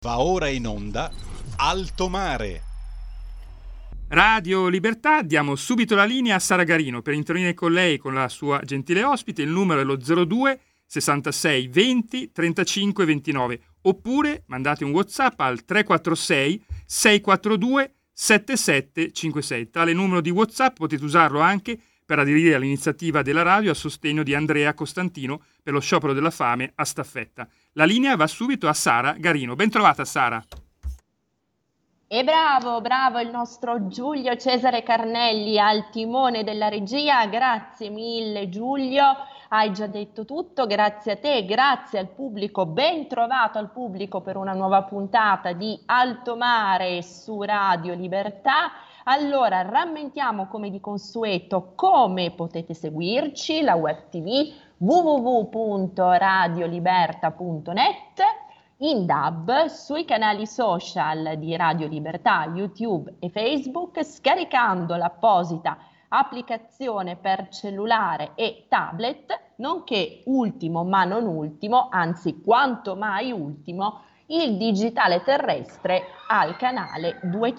Va ora in onda Alto Mare. Radio Libertà, diamo subito la linea a Sara Garino per intervenire con lei, con la sua gentile ospite. Il numero è lo 02 66 20 35 29, oppure mandate un WhatsApp al 346 642 7756. Tale numero di WhatsApp potete usarlo anche per aderire all'iniziativa della radio a sostegno di Andrea Costantino per lo sciopero della fame a staffetta. La linea va subito a Sara Garino. Ben trovata, Sara. E bravo il nostro Giulio Cesare Carnelli al timone della regia. Grazie mille Giulio, hai già detto tutto. Grazie a te, grazie al pubblico, ben trovato al pubblico per una nuova puntata di Alto Mare su Radio Libertà. Allora, rammentiamo come di consueto come potete seguirci, la web tv www.radioliberta.net, in DAB, sui canali social di Radio Libertà, YouTube e Facebook, scaricando l'apposita applicazione per cellulare e tablet, nonché ultimo ma non ultimo, anzi quanto mai ultimo, il digitale terrestre al canale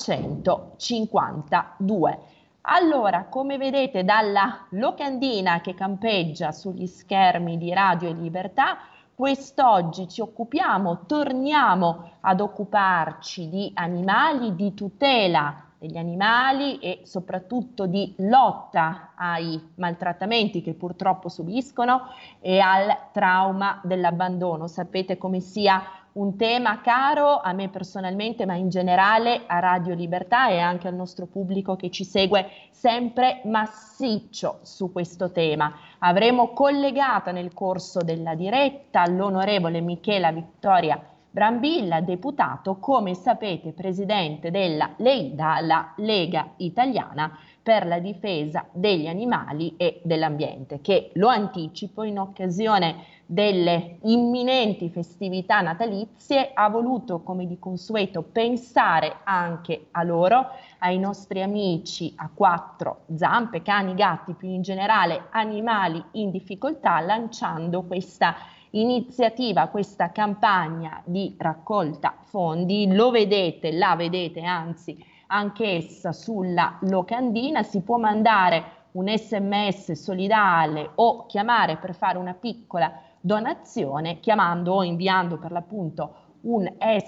252. Allora, come vedete dalla locandina che campeggia sugli schermi di Radio Libertà, quest'oggi torniamo ad occuparci di animali, di tutela degli animali e soprattutto di lotta ai maltrattamenti che purtroppo subiscono e al trauma dell'abbandono. Sapete come sia un tema caro a me personalmente, ma in generale a Radio Libertà e anche al nostro pubblico che ci segue sempre massiccio su questo tema. Avremo collegata nel corso della diretta l'onorevole Michela Vittoria Brambilla, deputato, come sapete, presidente della LEIDA, la Lega Italiana per la difesa degli animali e dell'ambiente, che, lo anticipo, in occasione delle imminenti festività natalizie ha voluto, come di consueto, pensare anche a loro, ai nostri amici a quattro zampe, cani, gatti, più in generale animali in difficoltà, lanciando questa iniziativa, questa campagna di raccolta fondi. La vedete anzi anch'essa sulla locandina. Si può mandare un SMS solidale o chiamare per fare una piccola donazione chiamando o inviando per l'appunto un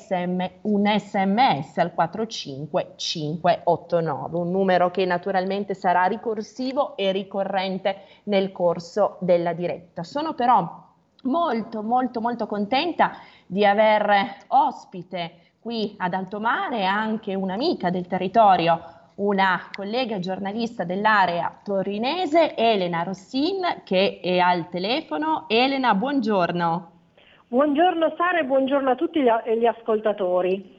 SMS al 45589, un numero che naturalmente sarà ricorsivo e ricorrente nel corso della diretta. Sono però molto contenta di aver ospite qui ad Alto Mare anche un'amica del territorio, una collega giornalista dell'area torinese, Elena Rossin, che è al telefono. Elena, buongiorno. Buongiorno Sara e buongiorno a tutti gli ascoltatori.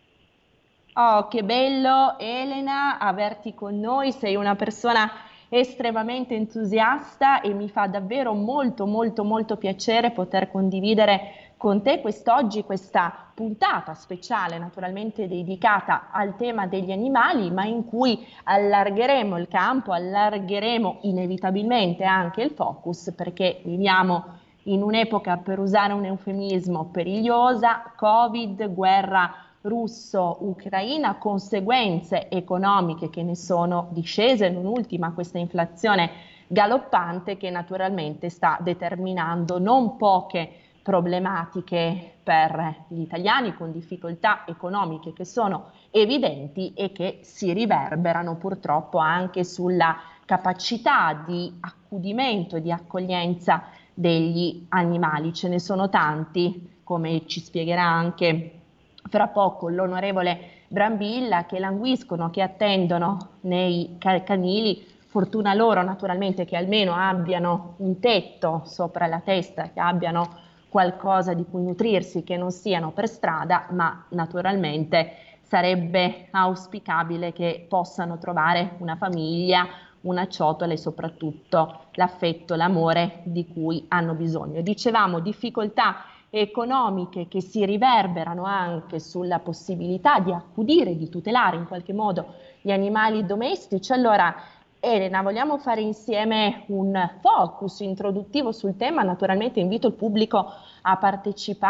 Oh, che bello Elena averti con noi, sei una persona estremamente entusiasta e mi fa davvero molto piacere poter condividere con te quest'oggi questa puntata speciale, naturalmente dedicata al tema degli animali, ma in cui allargheremo il campo, allargheremo inevitabilmente anche il focus, perché viviamo in un'epoca, per usare un eufemismo, perigliosa: Covid, guerra russo-ucraina, conseguenze economiche che ne sono discese, non ultima questa inflazione galoppante che naturalmente sta determinando non poche problematiche per gli italiani, con difficoltà economiche che sono evidenti e che si riverberano purtroppo anche sulla capacità di accudimento e di accoglienza degli animali. Ce ne sono tanti, come ci spiegherà anche fra poco l'onorevole Brambilla, che languiscono, che attendono nei canili. Fortuna loro naturalmente che almeno abbiano un tetto sopra la testa, che abbiano qualcosa di cui nutrirsi, che non siano per strada, ma naturalmente sarebbe auspicabile che possano trovare una famiglia, una ciotola e soprattutto l'affetto, l'amore di cui hanno bisogno. Dicevamo, difficoltà economiche che si riverberano anche sulla possibilità di accudire, di tutelare in qualche modo gli animali domestici. Allora, Elena, vogliamo fare insieme un focus introduttivo sul tema. Naturalmente invito il pubblico a partecipare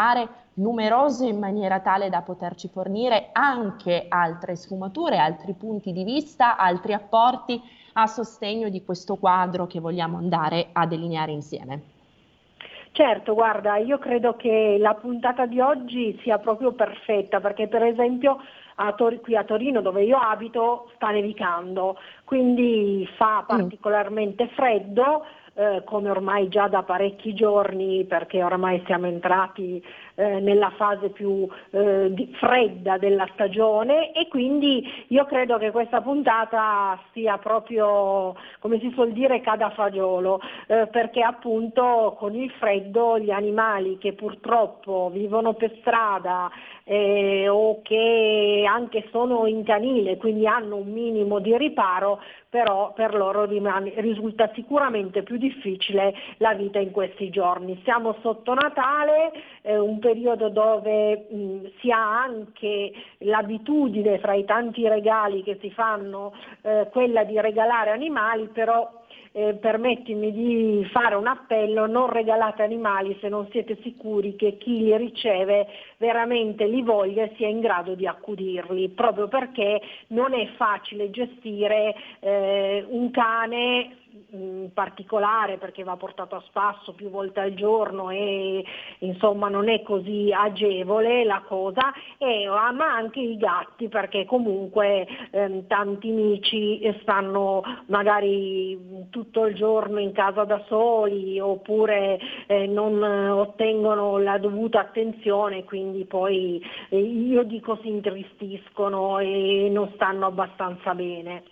numeroso in maniera tale da poterci fornire anche altre sfumature, altri punti di vista, altri apporti a sostegno di questo quadro che vogliamo andare a delineare insieme. Certo, guarda, io credo che la puntata di oggi sia proprio perfetta, perché per esempio qui a Torino, dove io abito, sta nevicando, quindi fa particolarmente freddo, come ormai già da parecchi giorni, perché oramai siamo entrati nella fase più fredda della stagione, e quindi io credo che questa puntata sia proprio, come si suol dire, cada fagiolo, perché appunto con il freddo gli animali che purtroppo vivono per strada o che anche sono in canile, quindi hanno un minimo di riparo, però per loro risulta sicuramente più difficile la vita in questi giorni. Siamo sotto Natale, un periodo dove si ha anche l'abitudine, fra i tanti regali che si fanno, quella di regalare animali, però permettimi di fare un appello: non regalate animali se non siete sicuri che chi li riceve veramente li voglia e sia in grado di accudirli, proprio perché non è facile gestire un cane in particolare, perché va portato a spasso più volte al giorno e insomma non è così agevole la cosa, ma anche i gatti, perché comunque tanti amici stanno magari tutto il giorno in casa da soli, oppure non ottengono la dovuta attenzione, quindi poi io dico si intristiscono e non stanno abbastanza bene.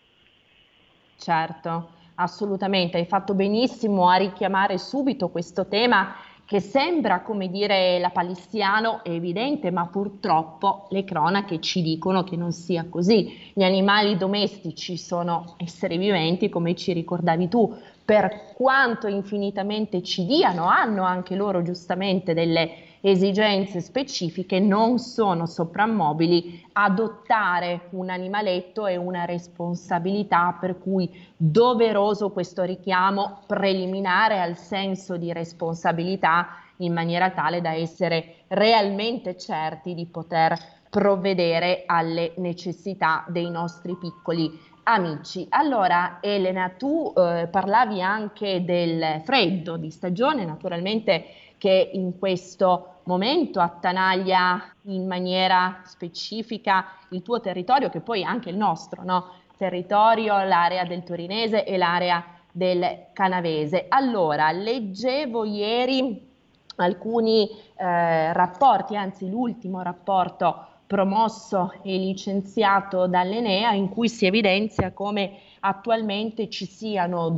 Certo, assolutamente, hai fatto benissimo a richiamare subito questo tema che sembra, come dire, lapalissiano, è evidente, ma purtroppo le cronache ci dicono che non sia così. Gli animali domestici sono esseri viventi, come ci ricordavi tu, per quanto infinitamente ci diano, hanno anche loro giustamente delle esigenze specifiche, non sono soprammobili. Adottare un animaletto è una responsabilità, per cui doveroso questo richiamo preliminare al senso di responsabilità, in maniera tale da essere realmente certi di poter provvedere alle necessità dei nostri piccoli amici. Allora, Elena, tu parlavi anche del freddo di stagione, naturalmente, che in questo momento attanaglia in maniera specifica il tuo territorio, che poi è anche il nostro, no? Territorio, l'area del Torinese e l'area del Canavese. Allora, leggevo ieri alcuni rapporti, anzi l'ultimo rapporto promosso e licenziato dall'Enea, in cui si evidenzia come attualmente ci siano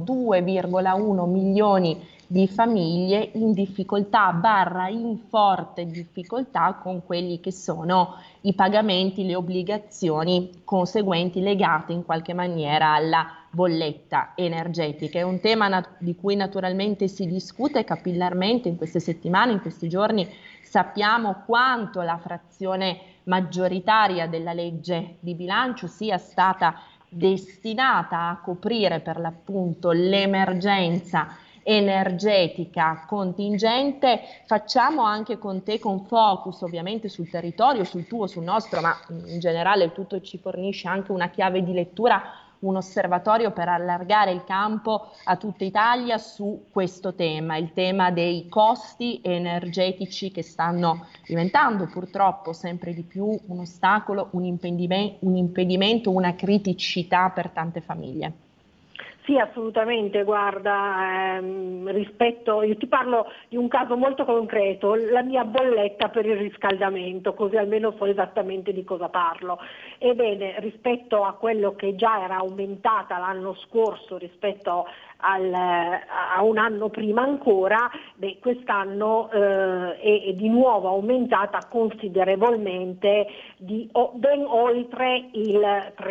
2,1 milioni di famiglie in difficoltà in forte difficoltà con quelli che sono i pagamenti, le obbligazioni conseguenti legate in qualche maniera alla bolletta energetica. È un tema di cui naturalmente si discute capillarmente in queste settimane, in questi giorni. Sappiamo quanto la frazione maggioritaria della legge di bilancio sia stata destinata a coprire per l'appunto l'emergenza energetica contingente. Facciamo anche con te, con focus ovviamente sul territorio, sul tuo, sul nostro, ma in generale il tutto ci fornisce anche una chiave di lettura, un osservatorio per allargare il campo a tutta Italia su questo tema, il tema dei costi energetici che stanno diventando purtroppo sempre di più un ostacolo, un impedimento, una criticità per tante famiglie. Sì, assolutamente, guarda, io ti parlo di un caso molto concreto, la mia bolletta per il riscaldamento, così almeno so esattamente di cosa parlo. Ebbene, rispetto a quello che già era aumentata l'anno scorso rispetto a un anno prima ancora, quest'anno è di nuovo aumentata considerevolmente ben oltre il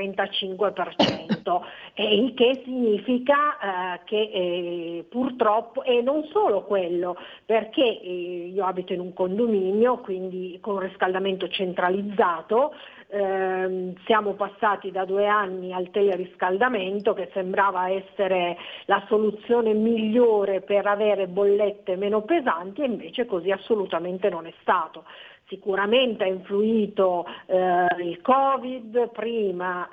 35%, il che significa che purtroppo, e non solo quello, perché io abito in un condominio, quindi con riscaldamento centralizzato, siamo passati da 2 anni al teleriscaldamento, che sembrava essere la soluzione migliore per avere bollette meno pesanti, e invece così assolutamente non è stato. Sicuramente ha influito il Covid, prima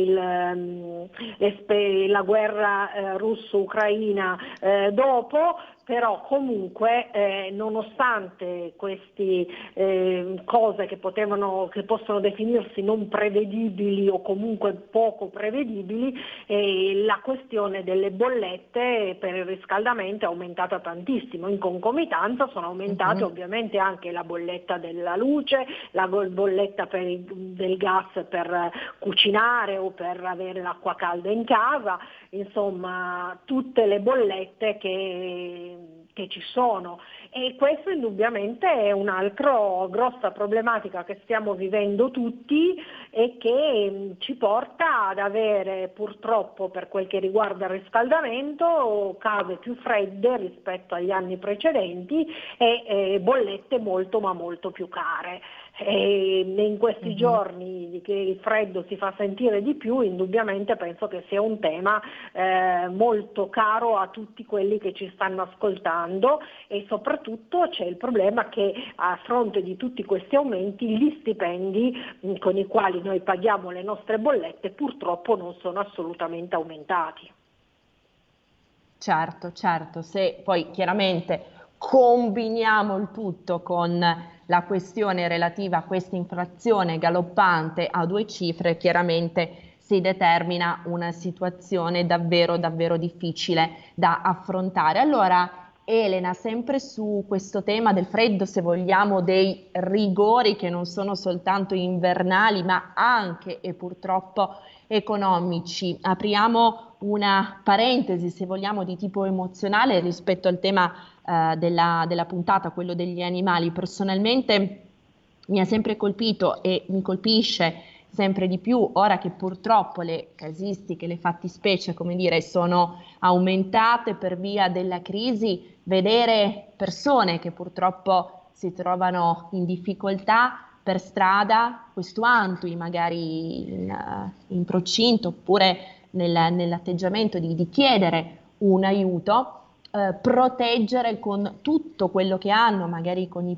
la guerra russo-ucraina dopo, però comunque nonostante queste cose che possono definirsi non prevedibili o comunque poco prevedibili, la questione delle bollette per il riscaldamento è aumentata tantissimo. In concomitanza sono aumentate ovviamente anche la bolletta della luce, la bolletta del gas per cucinare o per avere l'acqua calda in casa, insomma tutte le bollette che ci sono, e questo indubbiamente è un'altra grossa problematica che stiamo vivendo tutti e che ci porta ad avere, purtroppo per quel che riguarda il riscaldamento, case più fredde rispetto agli anni precedenti e bollette molto ma molto più care. E in questi giorni che il freddo si fa sentire di più, indubbiamente penso che sia un tema molto caro a tutti quelli che ci stanno ascoltando, e soprattutto c'è il problema che a fronte di tutti questi aumenti gli stipendi con i quali noi paghiamo le nostre bollette purtroppo non sono assolutamente aumentati. Certo, se poi chiaramente combiniamo il tutto con la questione relativa a questa inflazione galoppante a 2 cifre, chiaramente si determina una situazione davvero difficile da affrontare. Allora, Elena, sempre su questo tema del freddo, se vogliamo, dei rigori che non sono soltanto invernali ma anche e purtroppo economici, apriamo una parentesi, se vogliamo, di tipo emozionale rispetto al tema della puntata, quello degli animali. Personalmente mi ha sempre colpito e mi colpisce sempre di più, ora che purtroppo le casistiche, le fattispecie, come dire, sono aumentate per via della crisi, vedere persone che purtroppo si trovano in difficoltà per strada, questuantui magari in procinto oppure nell'atteggiamento di chiedere un aiuto, proteggere con tutto quello che hanno, magari con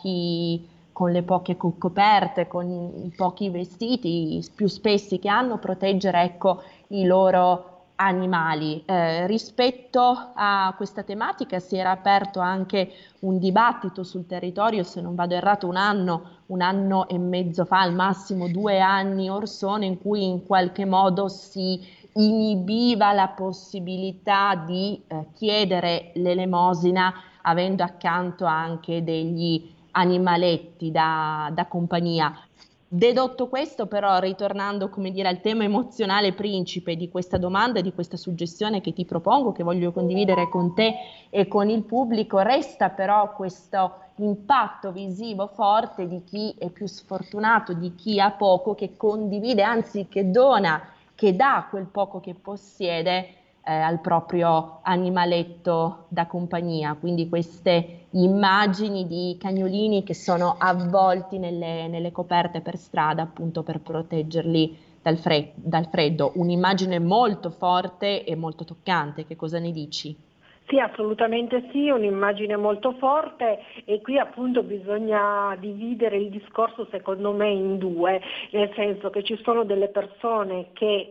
le poche coperte, con i pochi vestiti più spessi che hanno, proteggere, ecco, i loro animali. Rispetto a questa tematica si era aperto anche un dibattito sul territorio, se non vado errato un anno e mezzo fa, al massimo 2 anni or sono, in cui in qualche modo si inibiva la possibilità di chiedere l'elemosina avendo accanto anche degli animaletti da compagnia. Dedotto questo, però, ritornando, come dire, al tema emozionale principe di questa domanda e di questa suggestione che ti propongo, che voglio condividere con te e con il pubblico, resta però questo impatto visivo forte di chi è più sfortunato, di chi ha poco, che condivide, anzi che dona, che dà quel poco che possiede al proprio animaletto da compagnia. Quindi queste immagini di cagnolini che sono avvolti nelle coperte per strada, appunto per proteggerli dal freddo. Un'immagine molto forte e molto toccante. Che cosa ne dici? Sì, assolutamente sì, un'immagine molto forte, e qui appunto bisogna dividere il discorso secondo me in 2, nel senso che ci sono delle persone che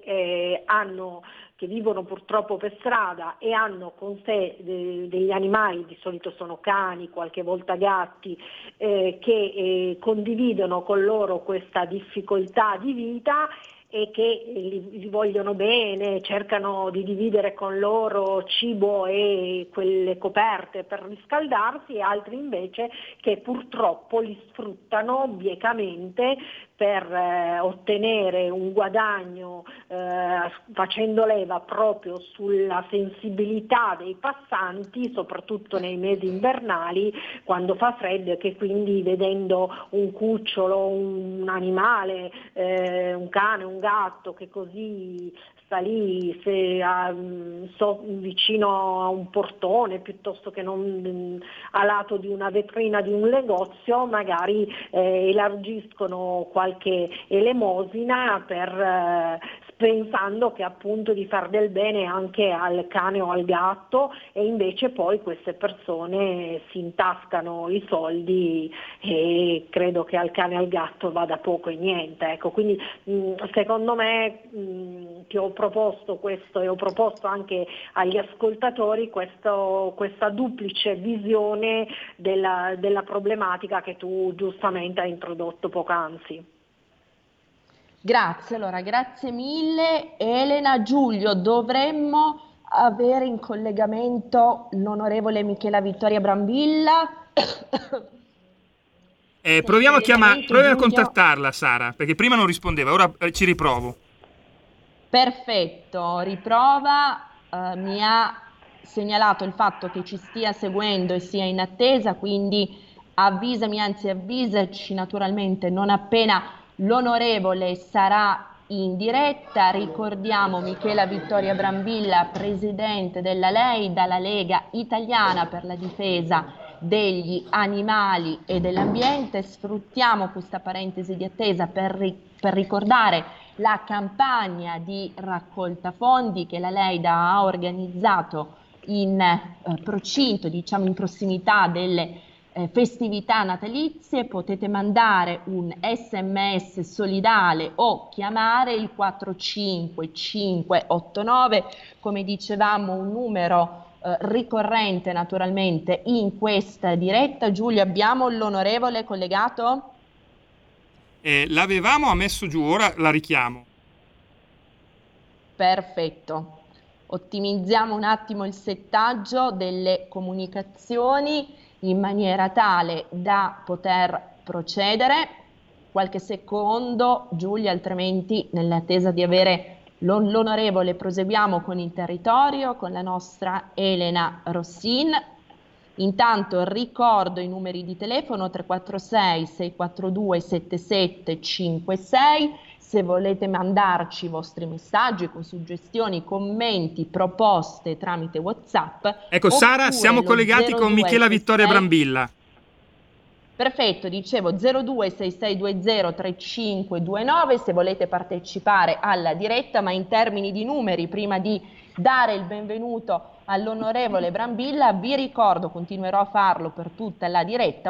vivono purtroppo per strada e hanno con sé degli animali, di solito sono cani, qualche volta gatti, che condividono con loro questa difficoltà di vita e che li vogliono bene, cercano di dividere con loro cibo e quelle coperte per riscaldarsi, e altri invece che purtroppo li sfruttano biecamente per ottenere un guadagno facendo leva proprio sulla sensibilità dei passanti, soprattutto nei mesi invernali quando fa freddo, e che quindi vedendo un cucciolo, un animale, un cane, un gatto che così sta lì vicino a un portone piuttosto che non a lato di una vetrina di un negozio, magari elargiscono qualche elemosina pensando che appunto di far del bene anche al cane o al gatto, e invece poi queste persone si intascano i soldi e credo che al cane e al gatto vada poco e niente. Ecco, quindi secondo me che ho proposto questo e ho proposto anche agli ascoltatori questa duplice visione della problematica che tu giustamente hai introdotto poc'anzi. Grazie, allora grazie mille Elena. Giulio, dovremmo avere in collegamento l'onorevole Michela Vittoria Brambilla. Proviamo a contattarla, Sara, perché prima non rispondeva, ora ci riprovo. Perfetto, riprova, mi ha segnalato il fatto che ci stia seguendo e sia in attesa, quindi avvisaci naturalmente non appena l'onorevole sarà in diretta. Ricordiamo Michela Vittoria Brambilla, presidente della LEIDA, la Lega Italiana per la Difesa degli Animali e dell'Ambiente. Sfruttiamo questa parentesi di attesa per ricordare la campagna di raccolta fondi che la LEIDA ha organizzato in procinto, diciamo in prossimità delle festività natalizie. Potete mandare un SMS solidale o chiamare il 45589, come dicevamo un numero ricorrente naturalmente in questa diretta. Giulio, abbiamo l'onorevole collegato? L'avevamo, ha messo giù, ora la richiamo. Perfetto. Ottimizziamo un attimo il settaggio delle comunicazioni in maniera tale da poter procedere. Qualche secondo, Giulia, altrimenti nell'attesa di avere l'onorevole proseguiamo con il territorio, con la nostra Elena Rossin. Intanto ricordo i numeri di telefono 346 642 7756. Se volete mandarci i vostri messaggi con suggestioni, commenti, proposte tramite WhatsApp. Ecco Sara, siamo collegati con Michela Vittoria Brambilla. Perfetto, dicevo 0266203529 se volete partecipare alla diretta, ma in termini di numeri, prima di dare il benvenuto all'onorevole Brambilla, vi ricordo, continuerò a farlo per tutta la diretta,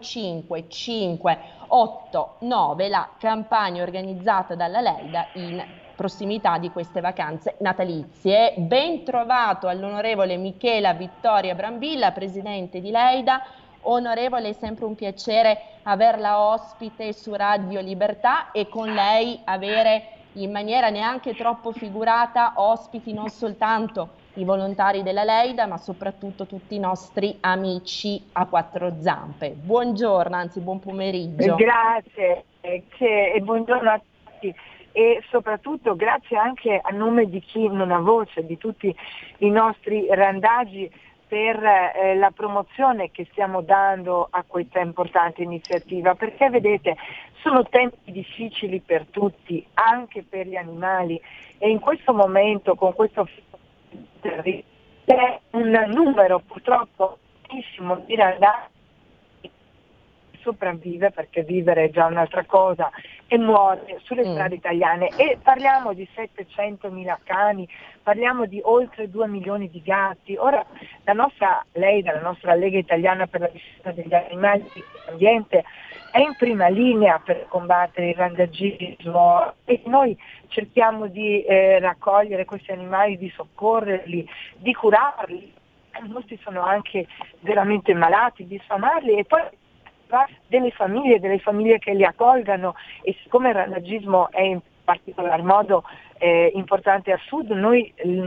45589, la campagna organizzata dalla LEIDA in prossimità di queste vacanze natalizie. Ben trovato all'onorevole Michela Vittoria Brambilla, presidente di LEIDA. Onorevole, è sempre un piacere averla ospite su Radio Libertà e con lei avere in maniera neanche troppo figurata ospiti non soltanto i volontari della LEIDA, ma soprattutto tutti i nostri amici a quattro zampe. Buongiorno, anzi buon pomeriggio. Grazie e buongiorno a tutti. E soprattutto grazie anche a nome di chi non ha voce, di tutti i nostri randagi, per la promozione che stiamo dando a questa importante iniziativa, perché vedete sono tempi difficili per tutti, anche per gli animali, e in questo momento con questo c'è un numero purtroppo altissimo di randagi sopravvive, perché vivere è già un'altra cosa, e muore sulle strade italiane, e parliamo di 700.000 cani, parliamo di oltre 2 milioni di gatti. Ora la nostra LEIDA, la nostra Lega Italiana per la Difesa degli Animali e dell'Ambiente, è in prima linea per combattere il randagismo e noi cerchiamo di raccogliere questi animali, di soccorrerli, di curarli. Molti sono anche veramente malati, di sfamarli, e poi delle famiglie che li accolgano. E siccome il randagismo è in particolar modo importante a sud, noi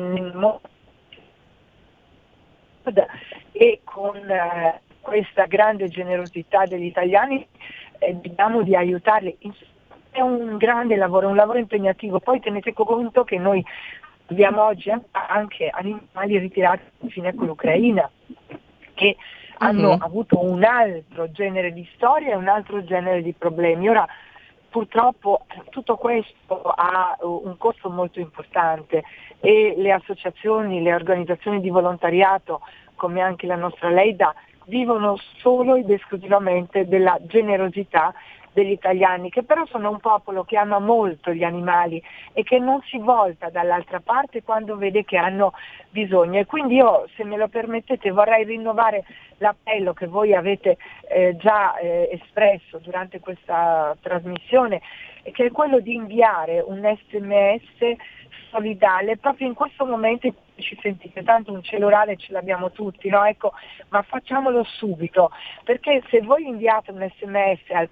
e con questa grande generosità degli italiani vediamo di aiutarli. È un grande lavoro, un lavoro impegnativo. Poi tenete conto che noi abbiamo oggi anche animali ritirati fine con l'Ucraina, che hanno avuto un altro genere di storia e un altro genere di problemi. Ora purtroppo tutto questo ha un costo molto importante e le associazioni, le organizzazioni di volontariato, come anche la nostra Leida, vivono solo ed esclusivamente della generosità degli italiani, che però sono un popolo che ama molto gli animali e che non si volta dall'altra parte quando vede che hanno bisogno. E quindi io, se me lo permettete, vorrei rinnovare l'appello che voi avete già espresso durante questa trasmissione, che è quello di inviare un SMS solidale proprio in questo momento in cui ci sentite, tanto un cellulare ce l'abbiamo tutti, no? Ecco, ma facciamolo subito, perché se voi inviate un SMS al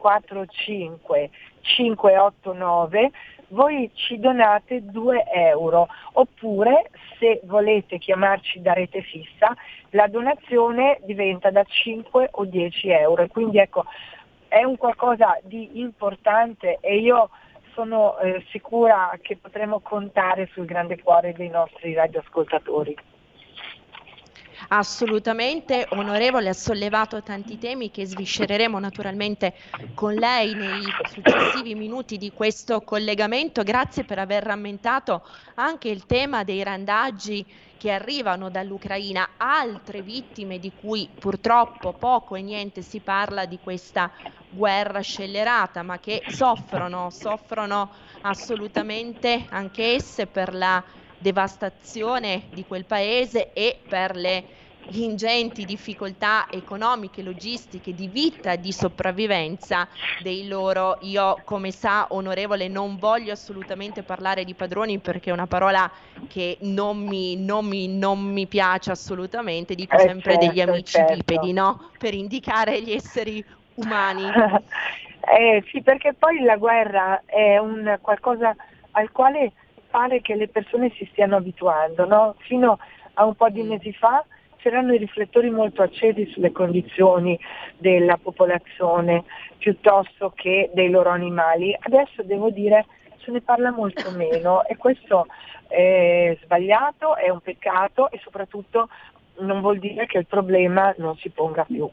45589 voi ci donate 2 euro, oppure se volete chiamarci da rete fissa la donazione diventa da 5 o 10 euro, e quindi ecco, è un qualcosa di importante e io sono sicura che potremo contare sul grande cuore dei nostri radioascoltatori. Assolutamente, onorevole, ha sollevato tanti temi che sviscereremo naturalmente con lei nei successivi minuti di questo collegamento. Grazie per aver rammentato anche il tema dei randaggi che arrivano dall'Ucraina, altre vittime di cui purtroppo poco e niente si parla di questa guerra scellerata, ma che soffrono assolutamente anche esse per la devastazione di quel paese e per le ingenti difficoltà economiche, logistiche, di vita, di sopravvivenza dei loro. Io, come sa, onorevole, non voglio assolutamente parlare di padroni perché è una parola che non mi piace assolutamente, dico sempre degli amici bipedi, no? Per indicare gli esseri umani. Sì, perché poi la guerra è un qualcosa al quale pare che le persone si stiano abituando, no? Fino a un po' di mesi fa c'erano i riflettori molto accesi sulle condizioni della popolazione piuttosto che dei loro animali. Adesso devo dire se ne parla molto meno e questo è sbagliato, è un peccato e soprattutto non vuol dire che il problema non si ponga più.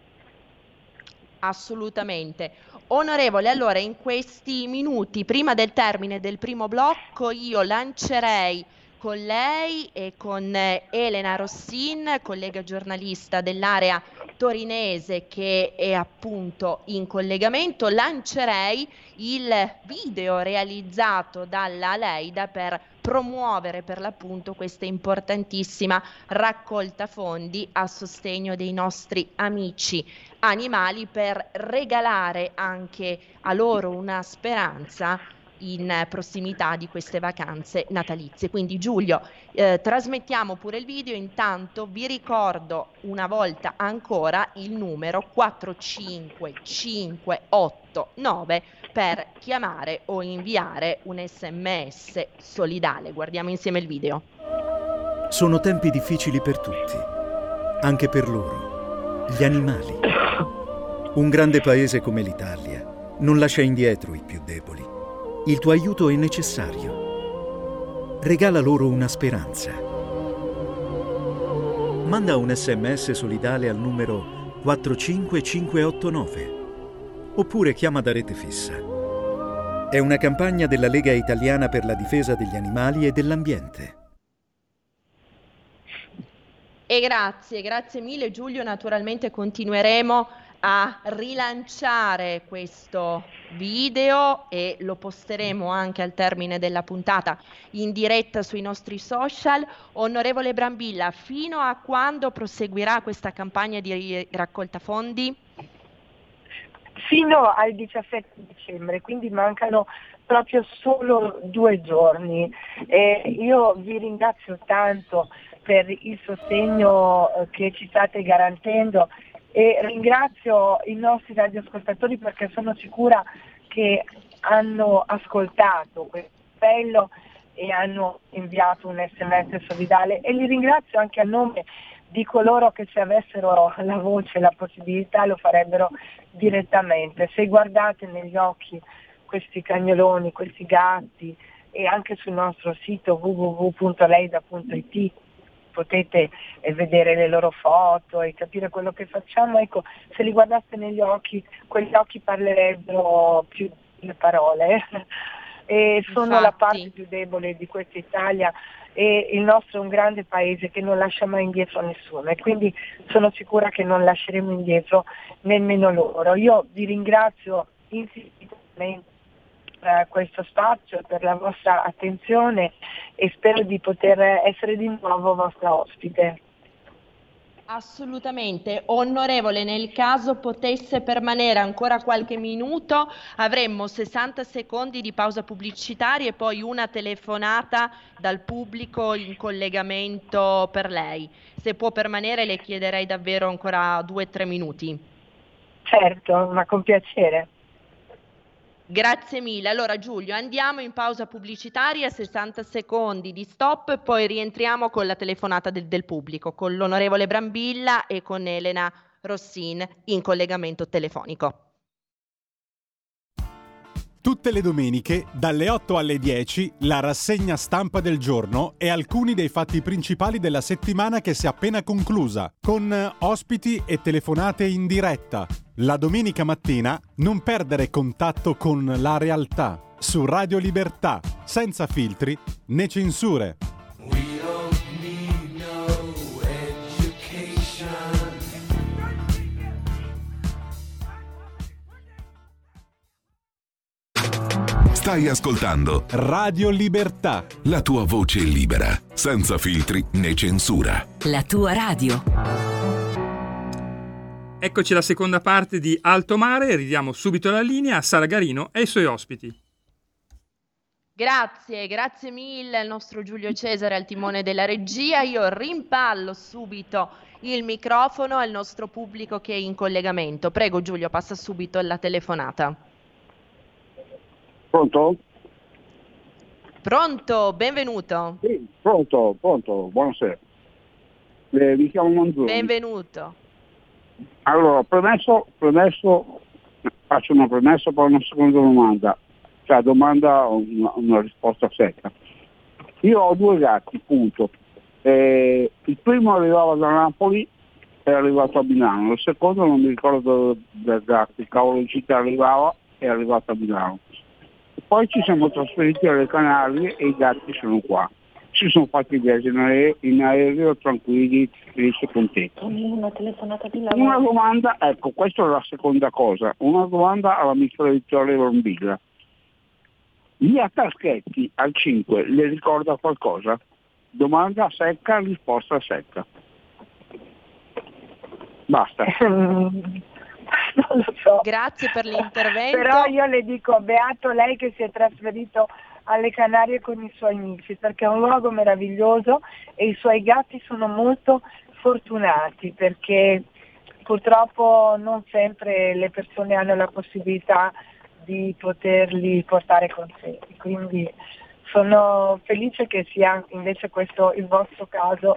Assolutamente. Onorevole, allora in questi minuti, prima del termine del primo blocco, io lancerei con lei e con Elena Rossin, collega giornalista dell'area torinese che è appunto in collegamento, lancerei il video realizzato dalla Leida per promuovere per l'appunto questa importantissima raccolta fondi a sostegno dei nostri amici animali, per regalare anche a loro una speranza in prossimità di queste vacanze natalizie. Quindi Giulio, trasmettiamo pure il video, intanto vi ricordo una volta ancora il numero 45589 per chiamare o inviare un SMS solidale. Guardiamo insieme il video. Sono tempi difficili per tutti, anche per loro, gli animali. Un grande paese come l'Italia non lascia indietro i più deboli. Il tuo aiuto è necessario. Regala loro una speranza. Manda un SMS solidale al numero 45589 oppure chiama da rete fissa. È una campagna della Lega Italiana per la difesa degli animali e dell'ambiente. E grazie mille Giulio, naturalmente continueremo a rilanciare questo video e lo posteremo anche al termine della puntata in diretta sui nostri social. Onorevole Brambilla, fino a quando proseguirà questa campagna di raccolta fondi? Fino al 17 dicembre, quindi mancano proprio solo 2 giorni. Io vi ringrazio tanto per il sostegno che ci state garantendo e ringrazio i nostri radioascoltatori perché sono sicura che hanno ascoltato questo appello e hanno inviato un SMS solidale, e li ringrazio anche a nome di coloro che, se avessero la voce e la possibilità, lo farebbero direttamente. Se guardate negli occhi questi cagnoloni, questi gatti, e anche sul nostro sito www.leida.it potete vedere le loro foto e capire quello che facciamo, ecco, se li guardaste negli occhi, quegli occhi parlerebbero più le parole e sono Infatti. la parte più debole di questa Italia, e il nostro è un grande paese che non lascia mai indietro nessuno, e quindi sono sicura che non lasceremo indietro nemmeno loro. Io vi ringrazio infinitamente per questo spazio, per la vostra attenzione, e spero di poter essere di nuovo vostra ospite. Assolutamente, onorevole, nel caso potesse permanere ancora qualche minuto, avremmo 60 secondi di pausa pubblicitaria e poi una telefonata dal pubblico in collegamento per lei. Se può permanere, le chiederei davvero ancora 2-3 minuti. Certo, ma con piacere. Grazie mille. Allora Giulio, andiamo in pausa pubblicitaria, 60 secondi di stop, e poi rientriamo con la telefonata del pubblico, con l'onorevole Brambilla e con Elena Rossin in collegamento telefonico. Tutte le domeniche, dalle 8 alle 10, la rassegna stampa del giorno e alcuni dei fatti principali della settimana che si è appena conclusa, con ospiti e telefonate in diretta. La domenica mattina non perdere contatto con la realtà, su Radio Libertà, senza filtri né censure. Stai ascoltando Radio Libertà, la tua voce libera, senza filtri né censura. La tua radio. Eccoci alla seconda parte di Alto Mare, ridiamo subito la linea a Sara Garino e ai suoi ospiti. Grazie mille al nostro Giulio Cesare al timone della regia. Io rimpallo subito il microfono al nostro pubblico che è in collegamento. Prego Giulio, passa subito la telefonata. Pronto? Pronto, benvenuto. Sì, pronto, buonasera. Mi chiamo Manzoni. Benvenuto. Allora, premesso, faccio una premessa, poi una seconda domanda. Cioè, domanda, una risposta secca. Io ho 2 gatti, punto. Il primo arrivava da Napoli, è arrivato a Milano. Il secondo non mi ricordo del gatto, il cavolo ci arrivava, è arrivato a Milano. Poi ci siamo trasferiti alle Canarie e i gatti sono qua. Ci sono fatti i viaggi in aereo tranquilli, felici e contenti. Una telefonata di lavoro. Una domanda, ecco, questa è la seconda cosa. Una domanda all'amica Vittoria Brambilla. Gli Ataschetti al 5 le ricorda qualcosa? Domanda secca, risposta secca. Basta. Non lo so. Grazie per l'intervento. Però io le dico, beato lei che si è trasferito alle Canarie con i suoi amici, perché è un luogo meraviglioso e i suoi gatti sono molto fortunati, perché purtroppo non sempre le persone hanno la possibilità di poterli portare con sé. Quindi sono felice che sia invece questo il vostro caso.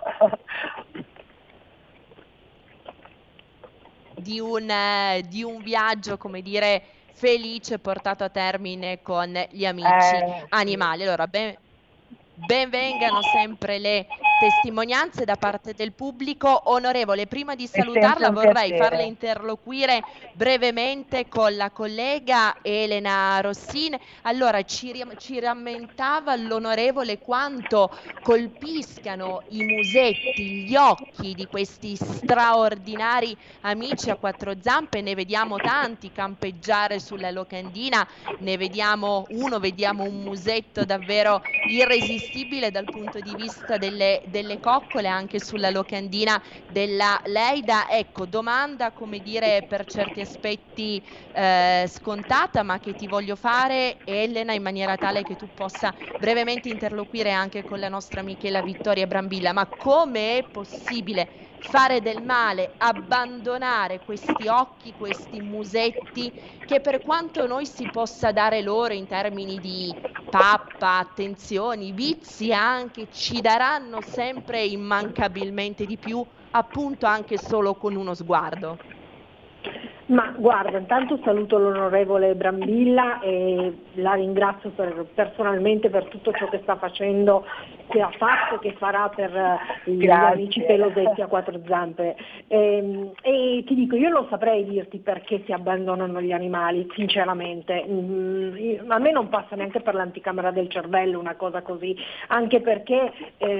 Di un viaggio, come dire, felice portato a termine con gli amici animali. Allora, benvengano sempre le testimonianze da parte del pubblico. Onorevole, prima di salutarla vorrei farle interloquire brevemente con la collega Elena Rossin. Allora, ci rammentava l'onorevole quanto colpiscano i musetti, gli occhi di questi straordinari amici a 4 zampe. Ne vediamo tanti campeggiare sulla locandina, ne vediamo un musetto davvero irresistibile dal punto di vista delle coccole anche sulla locandina della Leida. Ecco, domanda, come dire, per certi aspetti scontata, ma che ti voglio fare, Elena, in maniera tale che tu possa brevemente interloquire anche con la nostra amichella Vittoria Brambilla. Ma come è possibile fare del male, abbandonare questi occhi, questi musetti, che per quanto noi si possa dare loro in termini di pappa, attenzioni, vizi anche, ci daranno sempre immancabilmente di più, appunto anche solo con uno sguardo? Ma guarda, intanto saluto l'onorevole Brambilla e la ringrazio personalmente per tutto ciò che sta facendo, che ha fatto e che farà per gli amici pelosetti a quattro zampe. E ti dico, io non saprei dirti perché si abbandonano gli animali, sinceramente. A me non passa neanche per l'anticamera del cervello una cosa così, anche perché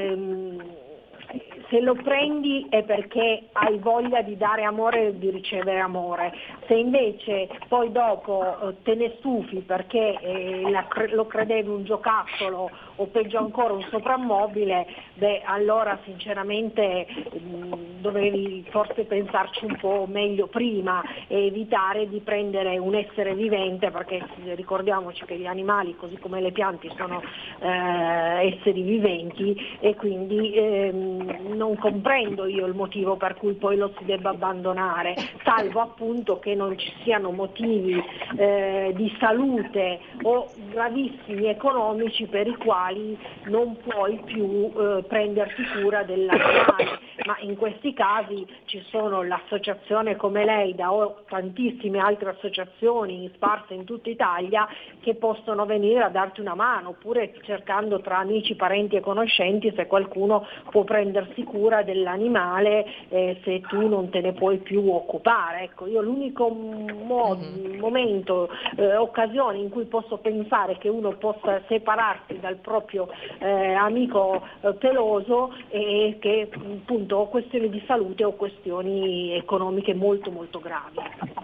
se lo prendi è perché hai voglia di dare amore e di ricevere amore. Se invece poi dopo te ne stufi perché lo credevi un giocattolo o peggio ancora un soprammobile, allora sinceramente dovevi forse pensarci un po' meglio prima e evitare di prendere un essere vivente, perché ricordiamoci che gli animali, così come le piante, sono esseri viventi, e quindi non comprendo io il motivo per cui poi lo si debba abbandonare, salvo appunto che non ci siano motivi di salute o gravissimi economici per i quali non puoi più prenderti cura dell'animale. Ma in questi casi ci sono l'associazione come lei, tantissime altre associazioni sparse in tutta Italia che possono venire a darti una mano, oppure cercando tra amici, parenti e conoscenti se qualcuno può prendersi cura dell'animale se tu non te ne puoi più occupare. Ecco, io l'unico momento, occasione in cui posso pensare che uno possa separarsi dal proprio amico peloso è che appunto o questioni di salute o questioni economiche molto molto gravi.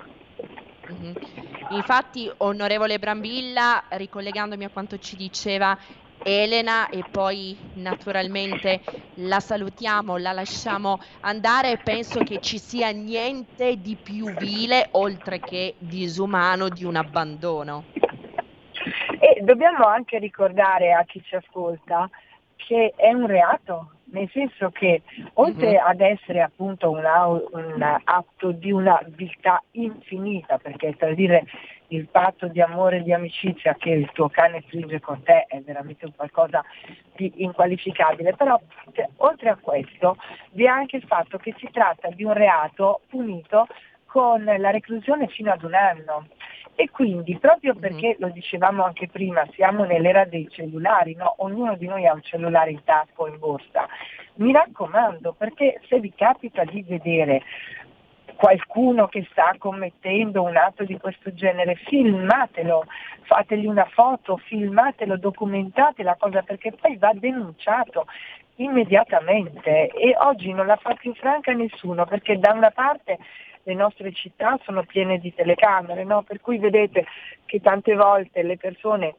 Infatti, onorevole Brambilla, ricollegandomi a quanto ci diceva Elena, e poi naturalmente la salutiamo, la lasciamo andare, penso che ci sia niente di più vile oltre che disumano di un abbandono. E dobbiamo anche ricordare a chi ci ascolta che è un reato, nel senso che oltre ad essere appunto un atto di una viltà infinita, perché tradire il patto di amore e di amicizia che il tuo cane stringe con te è veramente un qualcosa di inqualificabile, però oltre a questo vi è anche il fatto che si tratta di un reato punito con la reclusione fino ad 1 anno. E quindi, proprio perché, lo dicevamo anche prima, siamo nell'era dei cellulari, no? Ognuno di noi ha un cellulare in tasca o in borsa. Mi raccomando, perché se vi capita di vedere qualcuno che sta commettendo un atto di questo genere, filmatelo, fategli una foto, filmatelo, documentate la cosa, perché poi va denunciato immediatamente, e oggi non la fa più franca nessuno, perché da una parte le nostre città sono piene di telecamere, no? Per cui vedete che tante volte le persone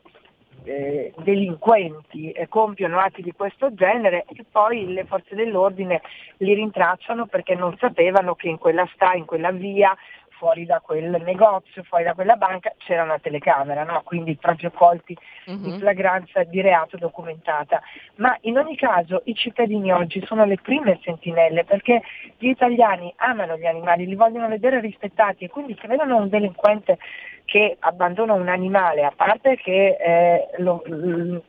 delinquenti compiono atti di questo genere e poi le forze dell'ordine li rintracciano perché non sapevano che in quella via, fuori da quel negozio, fuori da quella banca c'era una telecamera, no? Quindi proprio colti di flagranza di reato documentata. Ma in ogni caso i cittadini oggi sono le prime sentinelle, perché gli italiani amano gli animali, li vogliono vedere rispettati, e quindi se vedono un delinquente che abbandona un animale, a parte che non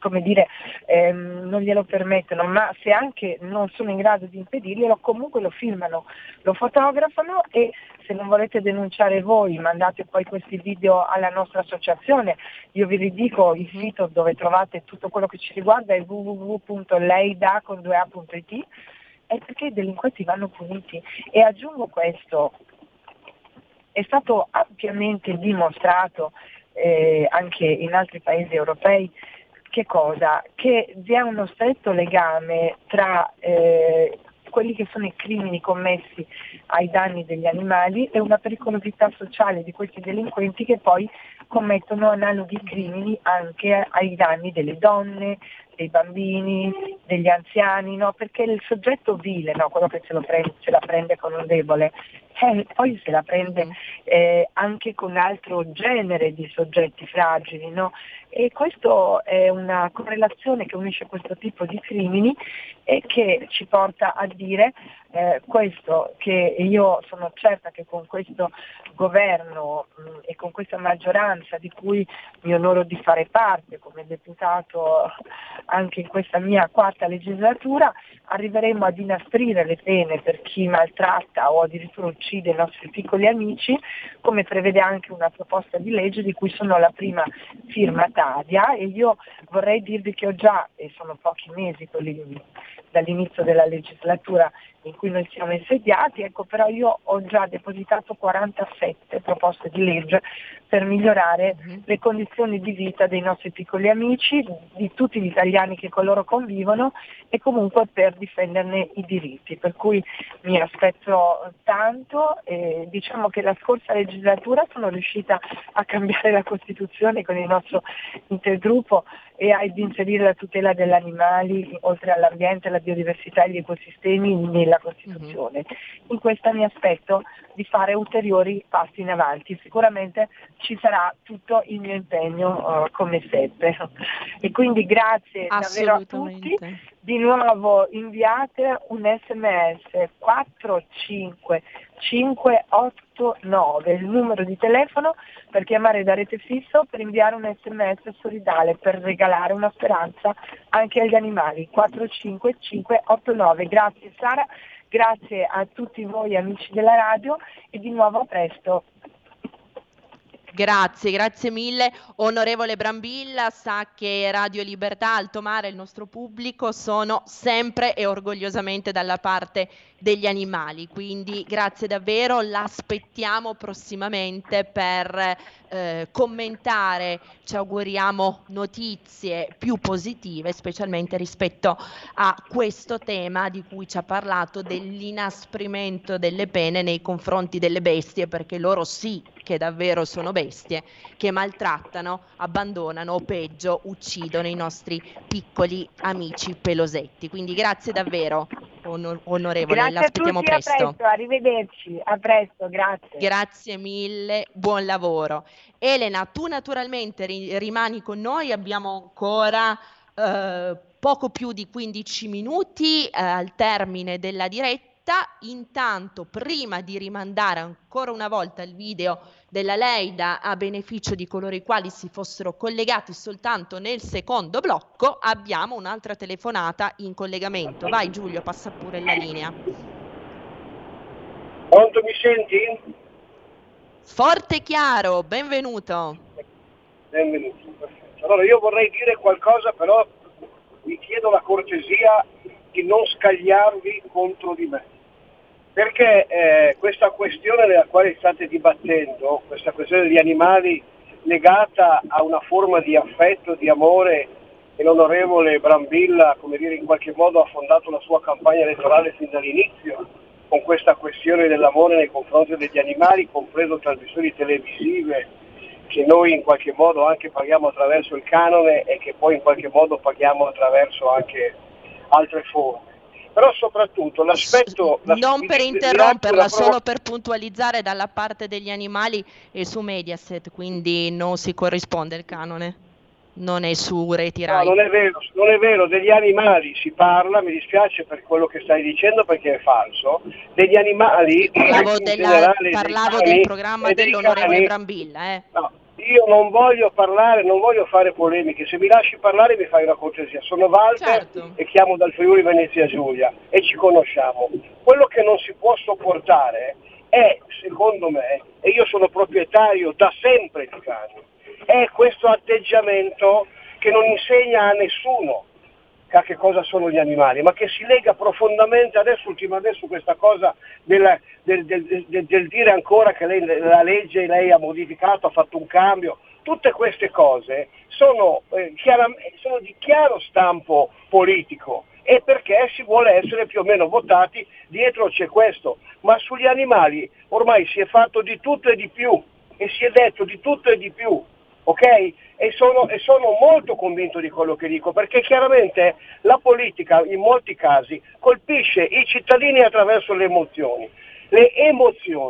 glielo permettono, ma se anche non sono in grado di impedirglielo, comunque lo filmano, lo fotografano, e se non volete denunciare voi mandate poi questi video alla nostra associazione. Io vi ridico il sito dove trovate tutto quello che ci riguarda, è www.leida.it, è perché i delinquenti vanno puniti. E aggiungo questo: è stato ampiamente dimostrato anche in altri paesi europei che cosa? Che vi è uno stretto legame tra quelli che sono i crimini commessi ai danni degli animali e una pericolosità sociale di questi delinquenti che poi commettono analoghi crimini anche ai danni delle donne, dei bambini, degli anziani, no? Perché il soggetto vile, no? Quello che se la prende con un debole, poi se la prende anche con altro genere di soggetti fragili, no? E questo è una correlazione che unisce questo tipo di crimini e che ci porta a dire questo che io sono certa che con questo governo e con questa maggioranza di cui mi onoro di fare parte come deputato anche in questa mia quarta legislatura, arriveremo ad inasprire le pene per chi maltratta o addirittura uccide i nostri piccoli amici, come prevede anche una proposta di legge di cui sono la prima firmataria, e io vorrei dirvi che ho già, e sono pochi mesi quelli dall'inizio della legislatura in cui noi siamo insediati, ecco, però io ho già depositato 47 proposte di legge per migliorare le condizioni di vita dei nostri piccoli amici, di tutti gli italiani che con loro convivono, e comunque per difenderne i diritti, per cui mi aspetto tanto. Diciamo che la scorsa legislatura sono riuscita a cambiare la Costituzione con il nostro intergruppo e ad inserire la tutela degli animali, oltre all'ambiente, alla biodiversità e agli ecosistemi, nella Costituzione. In questa mi aspetto di fare ulteriori passi in avanti. Sicuramente ci sarà tutto il mio impegno come sempre. E quindi grazie davvero a tutti. Di nuovo inviate un SMS 45589, il numero di telefono per chiamare da rete fisso, per inviare un SMS solidale, per regalare una speranza anche agli animali. 45589. Grazie Sara, grazie a tutti voi amici della radio e di nuovo a presto. Grazie mille. Onorevole Brambilla, sa che Radio Libertà, Alto Mare e il nostro pubblico sono sempre e orgogliosamente dalla parte degli animali, quindi grazie davvero, l'aspettiamo prossimamente per commentare, ci auguriamo notizie più positive, specialmente rispetto a questo tema di cui ci ha parlato, dell'inasprimento delle pene nei confronti delle bestie, perché loro sì che davvero sono bestie che maltrattano, abbandonano o peggio uccidono i nostri piccoli amici pelosetti. Quindi grazie davvero onorevole, grazie l'aspettiamo presto. A presto, arrivederci, a presto, grazie. Grazie mille, buon lavoro. Elena, tu naturalmente rimani con noi, abbiamo ancora poco più di 15 minuti al termine della diretta. Intanto, prima di rimandare ancora una volta il video della Leida a beneficio di coloro i quali si fossero collegati soltanto nel secondo blocco, abbiamo un'altra telefonata in collegamento. Vai Giulio, passa pure la linea. Pronto, mi senti? Forte e chiaro, benvenuto. Benvenuto, perfetto. Allora io vorrei dire qualcosa, però vi chiedo la cortesia di non scagliarvi contro di me, perché questa questione nella quale state dibattendo, questa questione degli animali legata a una forma di affetto, di amore, e l'onorevole Brambilla, come dire, in qualche modo ha fondato la sua campagna elettorale fin dall'inizio con questa questione dell'amore nei confronti degli animali, compreso trasmissioni televisive che noi in qualche modo anche paghiamo attraverso il canone e che poi in qualche modo paghiamo attraverso anche altre forme. Però soprattutto l'aspetto... Non per interromperla, solo per puntualizzare, dalla parte degli animali è su Mediaset, quindi non si corrisponde il canone, non è su Reti Rai. No, non è vero, degli animali si parla, mi dispiace per quello che stai dicendo perché è falso, degli animali... Parlavo del programma dell'onorevole Brambilla. No. Io non voglio parlare, non voglio fare polemiche, se mi lasci parlare mi fai una cortesia. Sono Walter, certo, e chiamo dal Friuli Venezia Giulia e ci conosciamo. Quello che non si può sopportare è, secondo me, e io sono proprietario da sempre di cani, è questo atteggiamento che non insegna a nessuno a che cosa sono gli animali, ma che si lega profondamente adesso questa cosa del dire ancora che la legge lei ha modificato, ha fatto un cambio. Tutte queste cose sono di chiaro stampo politico, e perché si vuole essere più o meno votati, dietro c'è questo, ma sugli animali ormai si è fatto di tutto e di più, e si è detto di tutto e di più. Ok? E sono molto convinto di quello che dico, perché chiaramente la politica in molti casi colpisce i cittadini attraverso le emozioni.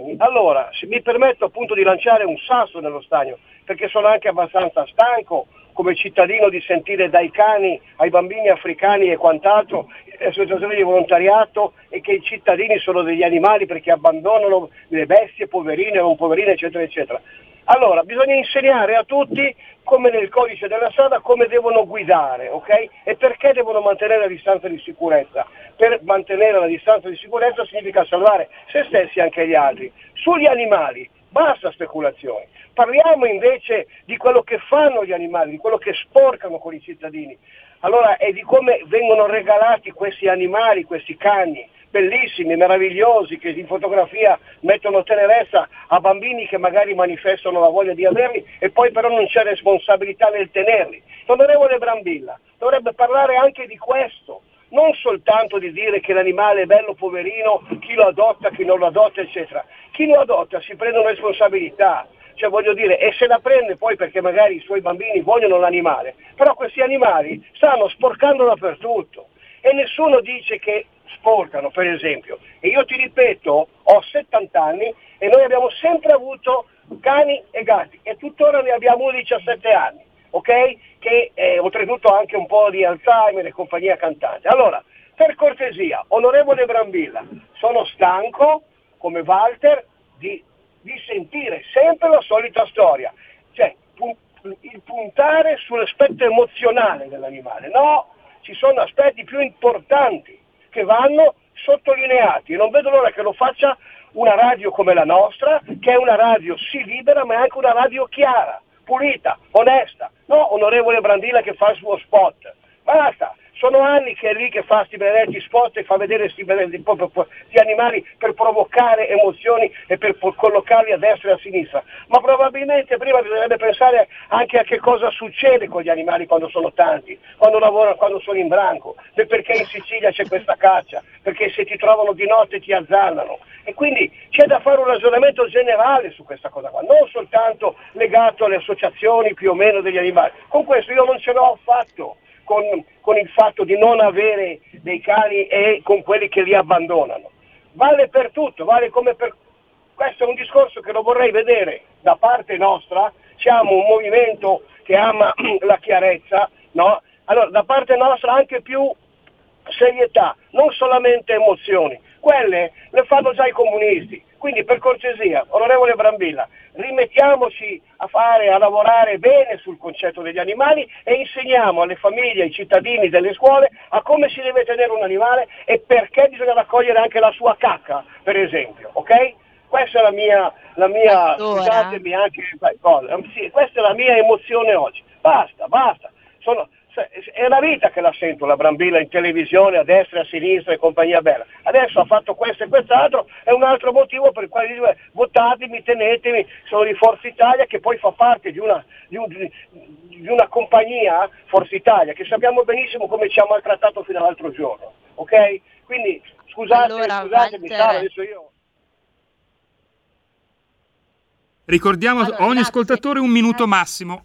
Allora, se mi permetto appunto di lanciare un sasso nello stagno, perché sono anche abbastanza stanco come cittadino di sentire dai cani ai bambini africani e quant'altro, le associazioni di volontariato, e che i cittadini sono degli animali perché abbandonano le bestie poverine o non poverine, eccetera, eccetera. Allora, bisogna insegnare a tutti, come nel codice della strada, come devono guidare, ok? E perché devono mantenere la distanza di sicurezza. Per mantenere la distanza di sicurezza significa salvare se stessi e anche gli altri. Sugli animali, basta speculazioni. Parliamo invece di quello che fanno gli animali, di quello che sporcano con i cittadini. Allora, e di come vengono regalati questi animali, questi cani, bellissimi, meravigliosi, che in fotografia mettono tenerezza a bambini che magari manifestano la voglia di averli e poi però non c'è responsabilità nel tenerli. L'onorevole Brambilla dovrebbe parlare anche di questo, non soltanto di dire che l'animale è bello, poverino, chi lo adotta, chi non lo adotta, eccetera. Chi lo adotta si prende una responsabilità, cioè voglio dire, e se la prende poi perché magari i suoi bambini vogliono l'animale, però questi animali stanno sporcando dappertutto e nessuno dice che sporcano, per esempio. E io ti ripeto, ho 70 anni e noi abbiamo sempre avuto cani e gatti e tuttora ne abbiamo uno di 17 anni, ok? Che oltretutto ha anche un po' di Alzheimer e compagnia cantante. Allora, per cortesia, onorevole Brambilla, sono stanco, come Walter, di sentire sempre la solita storia, cioè il puntare sull'aspetto emozionale dell'animale. No, ci sono aspetti più importanti che vanno sottolineati e non vedo l'ora che lo faccia una radio come la nostra, che è una radio sì libera ma è anche una radio chiara, pulita, onesta. No, onorevole Brambilla che fa il suo spot. Basta, sono anni che è lì che fa questi benedetti spot e fa vedere questi animali per provocare emozioni e per collocarli a destra e a sinistra. Ma probabilmente prima bisognerebbe pensare anche a che cosa succede con gli animali quando sono tanti, quando lavorano, quando sono in branco, e perché in Sicilia c'è questa caccia, perché se ti trovano di notte ti azzannano. E quindi c'è da fare un ragionamento generale su questa cosa qua, non soltanto legato alle associazioni più o meno degli animali. Con questo io non ce l'ho affatto con il fatto di non avere dei cani e con quelli che li abbandonano. Vale per tutto, vale come per... Questo è un discorso che lo vorrei vedere da parte nostra, siamo un movimento che ama la chiarezza, no? Allora da parte nostra anche più serietà, non solamente emozioni, quelle le fanno già i comunisti, quindi per cortesia, onorevole Brambilla, rimettiamoci a lavorare bene sul concetto degli animali e insegniamo alle famiglie, ai cittadini delle scuole a come si deve tenere un animale e perché bisogna raccogliere anche la sua cacca, per esempio, ok? Questa è la mia scusatemi anche, sì, questa è la mia emozione oggi, basta, è una vita che la sento la Brambilla in televisione a destra e a sinistra e compagnia bella. Adesso ha fatto questo e quest'altro, è un altro motivo per il quale dice votatemi, tenetemi, sono di Forza Italia, che poi fa parte di una compagnia, Forza Italia, che sappiamo benissimo come ci ha maltrattato fino all'altro giorno, ok? Quindi scusatemi Sara, adesso io... Ricordiamo a ogni ascoltatore un minuto massimo.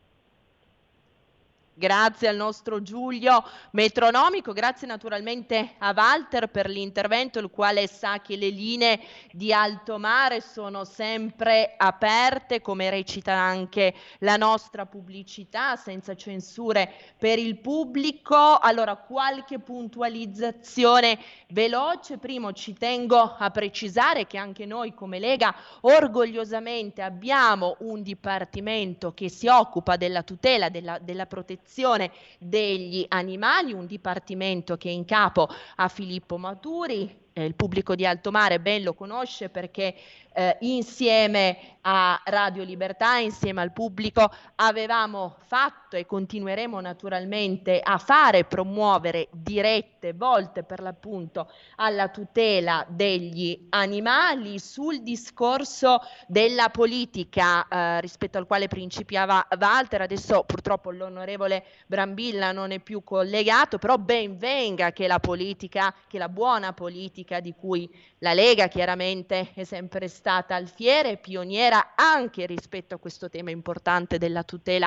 Grazie al nostro Giulio metronomico, grazie naturalmente a Walter per l'intervento, il quale sa che le linee di alto mare sono sempre aperte, come recita anche la nostra pubblicità, senza censure per il pubblico. Allora, qualche puntualizzazione veloce. Primo, ci tengo a precisare che anche noi come Lega orgogliosamente abbiamo un dipartimento che si occupa della tutela, della protezione degli animali, un dipartimento che è in capo a Filippo Maturi. Il pubblico di Alto Mare ben lo conosce perché insieme a Radio Libertà, insieme al pubblico, avevamo fatto e continueremo naturalmente a fare e promuovere dirette volte per l'appunto alla tutela degli animali. Sul discorso della politica rispetto al quale principiava Walter, adesso purtroppo l'onorevole Brambilla non è più collegato, però ben venga che la politica, che la buona politica di cui la Lega chiaramente è sempre stata alfiere e pioniera anche rispetto a questo tema importante della tutela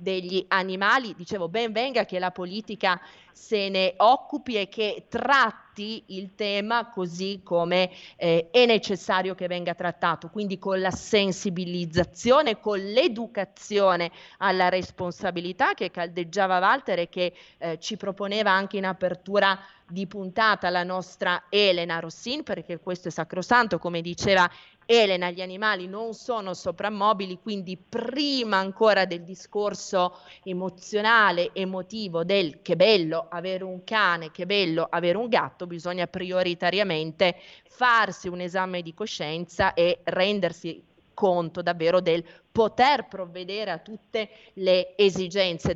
degli animali. Dicevo, ben venga che la politica se ne occupi e che tratti il tema così come è necessario che venga trattato, quindi con la sensibilizzazione, con l'educazione alla responsabilità che caldeggiava Walter e che ci proponeva anche in apertura di puntata la nostra Elena Rossin, perché questo è sacrosanto, come diceva Elena, gli animali non sono soprammobili, quindi prima ancora del discorso emozionale, emotivo del che bello avere un cane, che bello avere un gatto, bisogna prioritariamente farsi un esame di coscienza e rendersi conto davvero del poter provvedere a tutte le esigenze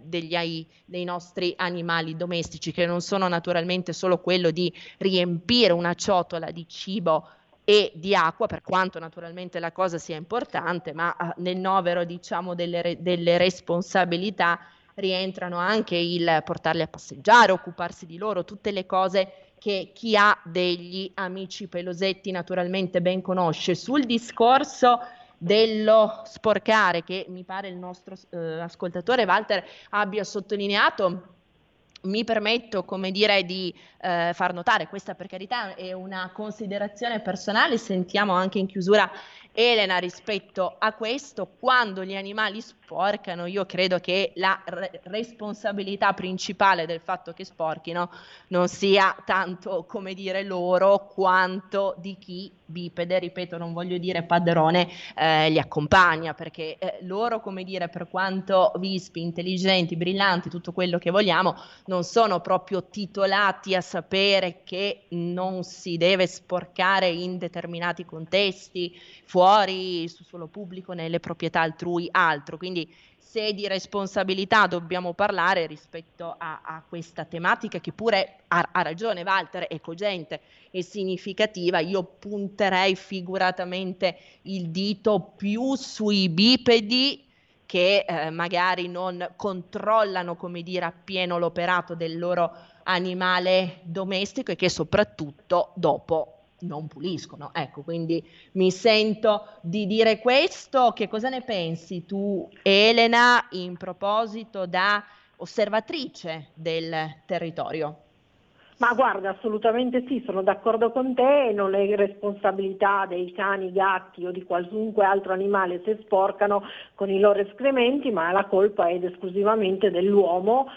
dei nostri animali domestici, che non sono naturalmente solo quello di riempire una ciotola di cibo e di acqua, per quanto naturalmente la cosa sia importante, ma nel novero, diciamo, delle responsabilità rientrano anche il portarli a passeggiare, occuparsi di loro, tutte le cose che chi ha degli amici pelosetti naturalmente ben conosce. Sul discorso dello sporcare, che mi pare il nostro ascoltatore Walter abbia sottolineato, mi permetto, come dire, di far notare, questa per carità è una considerazione personale, sentiamo anche in chiusura Elena rispetto a questo: quando gli animali sporcano, io credo che la responsabilità principale del fatto che sporchino non sia tanto, come dire, loro quanto di chi bipede, ripeto, non voglio dire padrone, li accompagna, perché loro, come dire, per quanto vispi, intelligenti, brillanti, tutto quello che vogliamo, non sono proprio titolati a sapere che non si deve sporcare in determinati contesti, fuori, su suolo pubblico, nelle proprietà altrui, altro. Quindi se di responsabilità dobbiamo parlare rispetto a questa tematica, che pure ha ragione Walter, è cogente e significativa, io punterei figuratamente il dito più sui bipedi che magari non controllano, come dire, appieno l'operato del loro animale domestico e che soprattutto dopo non puliscono. Ecco, quindi mi sento di dire questo. Che cosa ne pensi tu, Elena, in proposito da osservatrice del territorio? Ma guarda, assolutamente sì, sono d'accordo con te, non è responsabilità dei cani, gatti o di qualunque altro animale se sporcano con i loro escrementi, ma la colpa è esclusivamente dell'uomo,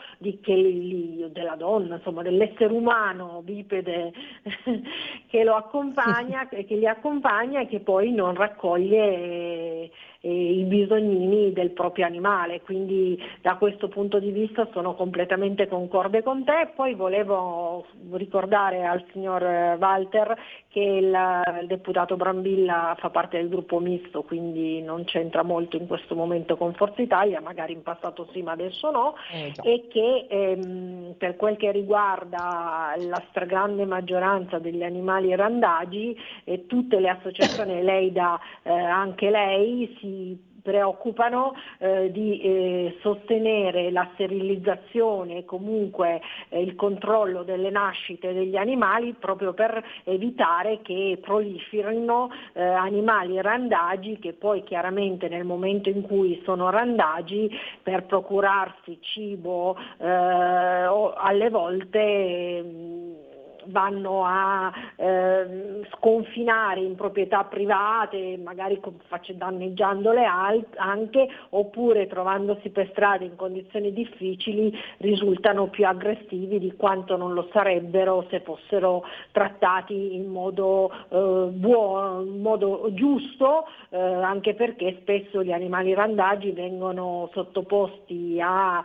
della donna, insomma dell'essere umano bipede che lo accompagna, che li accompagna e che poi non raccoglie i bisognini del proprio animale. Quindi da questo punto di vista sono completamente concorde con te. Poi volevo ricordare al signor Walter che il deputato Brambilla fa parte del gruppo misto, quindi non c'entra molto in questo momento con Forza Italia, magari in passato sì ma adesso no, e che per quel che riguarda la stragrande maggioranza degli animali randagi e tutte le associazioni, anche lei si preoccupano di sostenere la sterilizzazione e comunque il controllo delle nascite degli animali, proprio per evitare che proliferino animali randagi che poi chiaramente nel momento in cui sono randagi, per procurarsi cibo o alle volte vanno a sconfinare in proprietà private, magari danneggiandole anche, oppure trovandosi per strada in condizioni difficili risultano più aggressivi di quanto non lo sarebbero se fossero trattati in modo buono, in modo giusto, anche perché spesso gli animali randagi vengono sottoposti a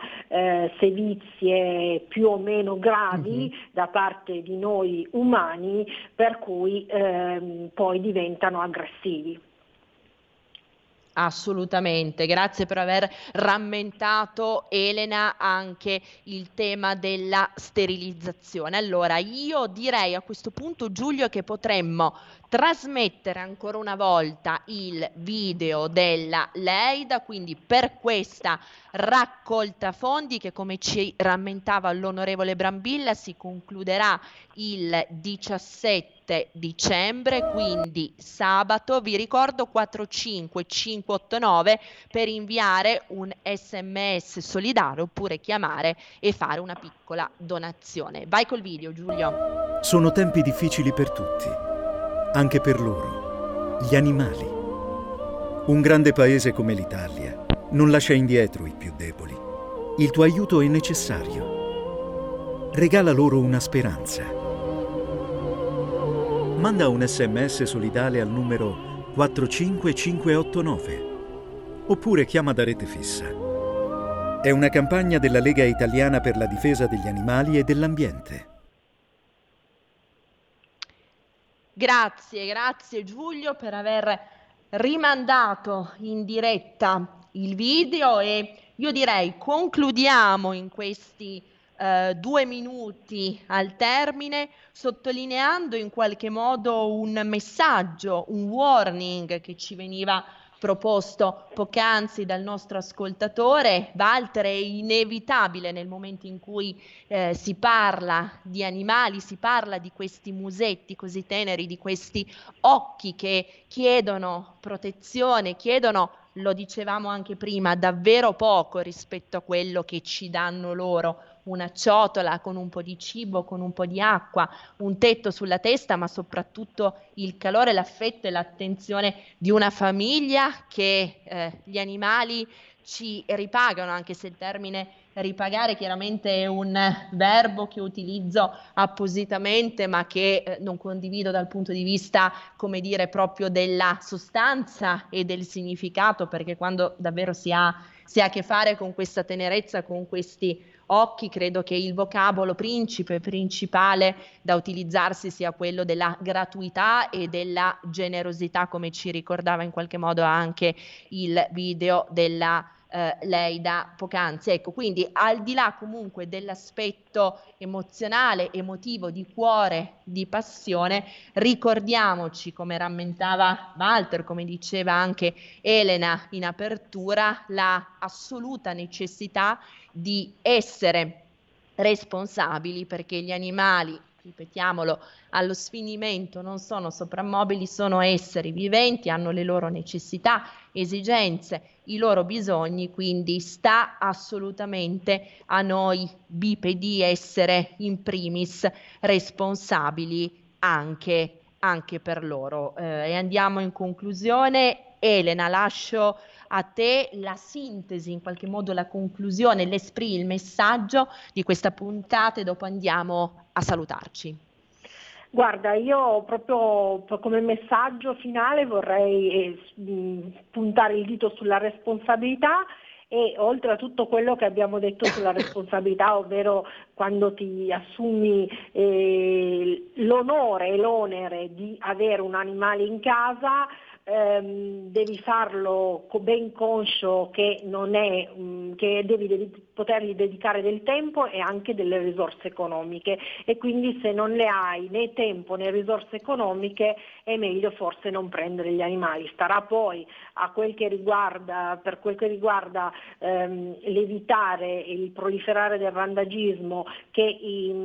sevizie più o meno gravi da parte di noi umani, per cui poi diventano aggressivi. Assolutamente, grazie per aver rammentato, Elena, anche il tema della sterilizzazione. Allora, io direi a questo punto, Giulio, che potremmo trasmettere ancora una volta il video della Leida, quindi per questa raccolta fondi che, come ci rammentava l'onorevole Brambilla, si concluderà il 17 dicembre, quindi sabato. Vi ricordo 45589 per inviare un SMS solidario oppure chiamare e fare una piccola donazione. Vai col video, Giulio. Sono tempi difficili per tutti, anche per loro, gli animali. Un grande paese come l'Italia non lascia indietro i più deboli. Il tuo aiuto è necessario. Regala loro una speranza. Manda un SMS solidale al numero 45589 oppure chiama da rete fissa. È una campagna della Lega Italiana per la difesa degli animali e dell'ambiente. Grazie Giulio per aver rimandato in diretta il video, e io direi concludiamo in questi 2 minuti al termine sottolineando in qualche modo un messaggio, un warning che ci veniva proposto poc'anzi dal nostro ascoltatore. Walter, è inevitabile nel momento in cui si parla di animali, si parla di questi musetti così teneri, di questi occhi che chiedono protezione, chiedono, lo dicevamo anche prima, davvero poco rispetto a quello che ci danno loro: una ciotola con un po' di cibo, con un po' di acqua, un tetto sulla testa, ma soprattutto il calore, l'affetto e l'attenzione di una famiglia che gli animali ci ripagano, anche se il termine ripagare chiaramente è un verbo che utilizzo appositamente, ma che non condivido dal punto di vista, come dire, proprio della sostanza e del significato, perché quando davvero si ha a che fare con questa tenerezza, con questi occhi, credo che il vocabolo principale da utilizzarsi sia quello della gratuità e della generosità, come ci ricordava in qualche modo anche il video della Leida poc'anzi. Ecco, quindi al di là comunque dell'aspetto emozionale, emotivo, di cuore, di passione, ricordiamoci, come rammentava Walter, come diceva anche Elena in apertura, la assoluta necessità di essere responsabili, perché gli animali, ripetiamolo, allo sfinimento non sono soprammobili, sono esseri viventi, hanno le loro necessità, esigenze, i loro bisogni, quindi sta assolutamente a noi bipedi essere in primis responsabili anche per loro. E andiamo in conclusione. Elena, lascio a te la sintesi, in qualche modo la conclusione, il messaggio di questa puntata, e dopo andiamo a salutarci. Guarda, io proprio come messaggio finale vorrei puntare il dito sulla responsabilità, e oltre a tutto quello che abbiamo detto sulla responsabilità, ovvero quando ti assumi l'onore e l'onere di avere un animale in casa, devi farlo ben conscio che non è che devi potergli dedicare del tempo e anche delle risorse economiche, e quindi se non le hai né tempo né risorse economiche è meglio forse non prendere gli animali. Starà poi a per quel che riguarda l'evitare il proliferare del randagismo, che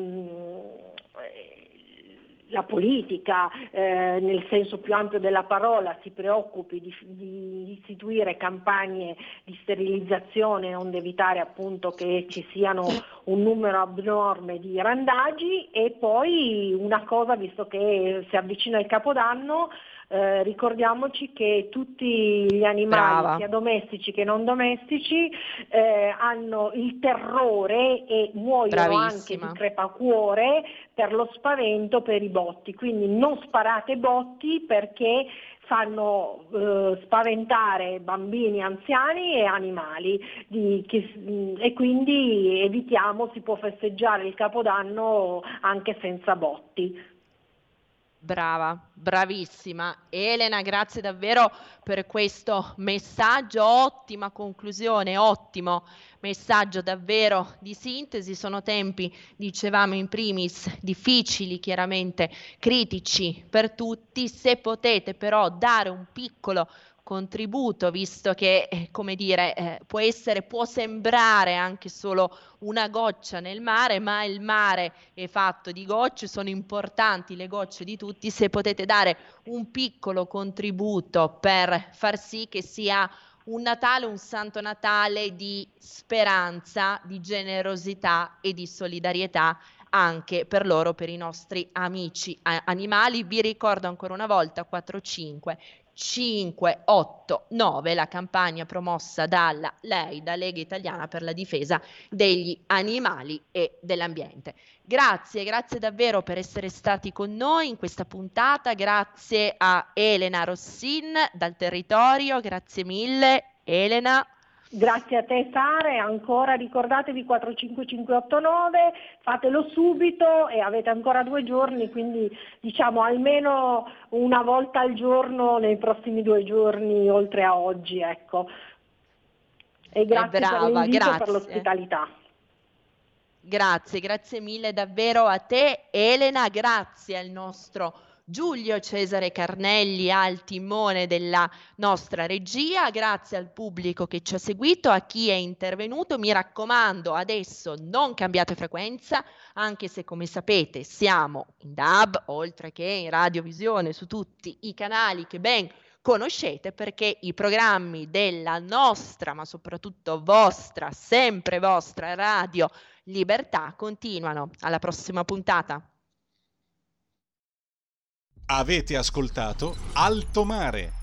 la politica, nel senso più ampio della parola, si preoccupi di istituire campagne di sterilizzazione, onde evitare appunto che ci siano un numero abnorme di randagi. E poi una cosa, visto che si avvicina il Capodanno, ricordiamoci che tutti gli animali, sia domestici che non domestici, hanno il terrore e muoiono anche di crepacuore per lo spavento per i botti. Quindi non sparate botti, perché fanno spaventare bambini, anziani e animali, e quindi evitiamo, si può festeggiare il Capodanno anche senza botti. Brava, bravissima. Elena, grazie davvero per questo messaggio, ottima conclusione, ottimo messaggio davvero di sintesi. Sono tempi, dicevamo in primis, difficili, chiaramente critici per tutti. Se potete però dare un piccolo contributo, visto che, come dire, può sembrare anche solo una goccia nel mare, ma il mare è fatto di gocce, sono importanti le gocce di tutti. Se potete dare un piccolo contributo per far sì che sia un Natale, un Santo Natale di speranza, di generosità e di solidarietà anche per loro, per i nostri amici animali. Vi ricordo ancora una volta 45589, la campagna promossa dalla Lega Italiana per la difesa degli animali e dell'ambiente. Grazie davvero per essere stati con noi in questa puntata, grazie a Elena Rossin dal territorio, grazie mille Elena. Grazie a te Sara, e ancora ricordatevi 45589, fatelo subito e avete ancora 2 giorni, quindi diciamo almeno una volta al giorno nei prossimi 2 giorni oltre a oggi, ecco. E grazie per l'invito e per l'ospitalità. Grazie mille davvero a te Elena, grazie al nostro Giulio Cesare Carnelli al timone della nostra regia, grazie al pubblico che ci ha seguito, a chi è intervenuto. Mi raccomando, adesso non cambiate frequenza, anche se come sapete siamo in DAB, oltre che in radiovisione su tutti i canali che ben conoscete, perché i programmi della nostra, ma soprattutto vostra, sempre vostra Radio Libertà continuano. Alla prossima puntata. Avete ascoltato Alto Mare.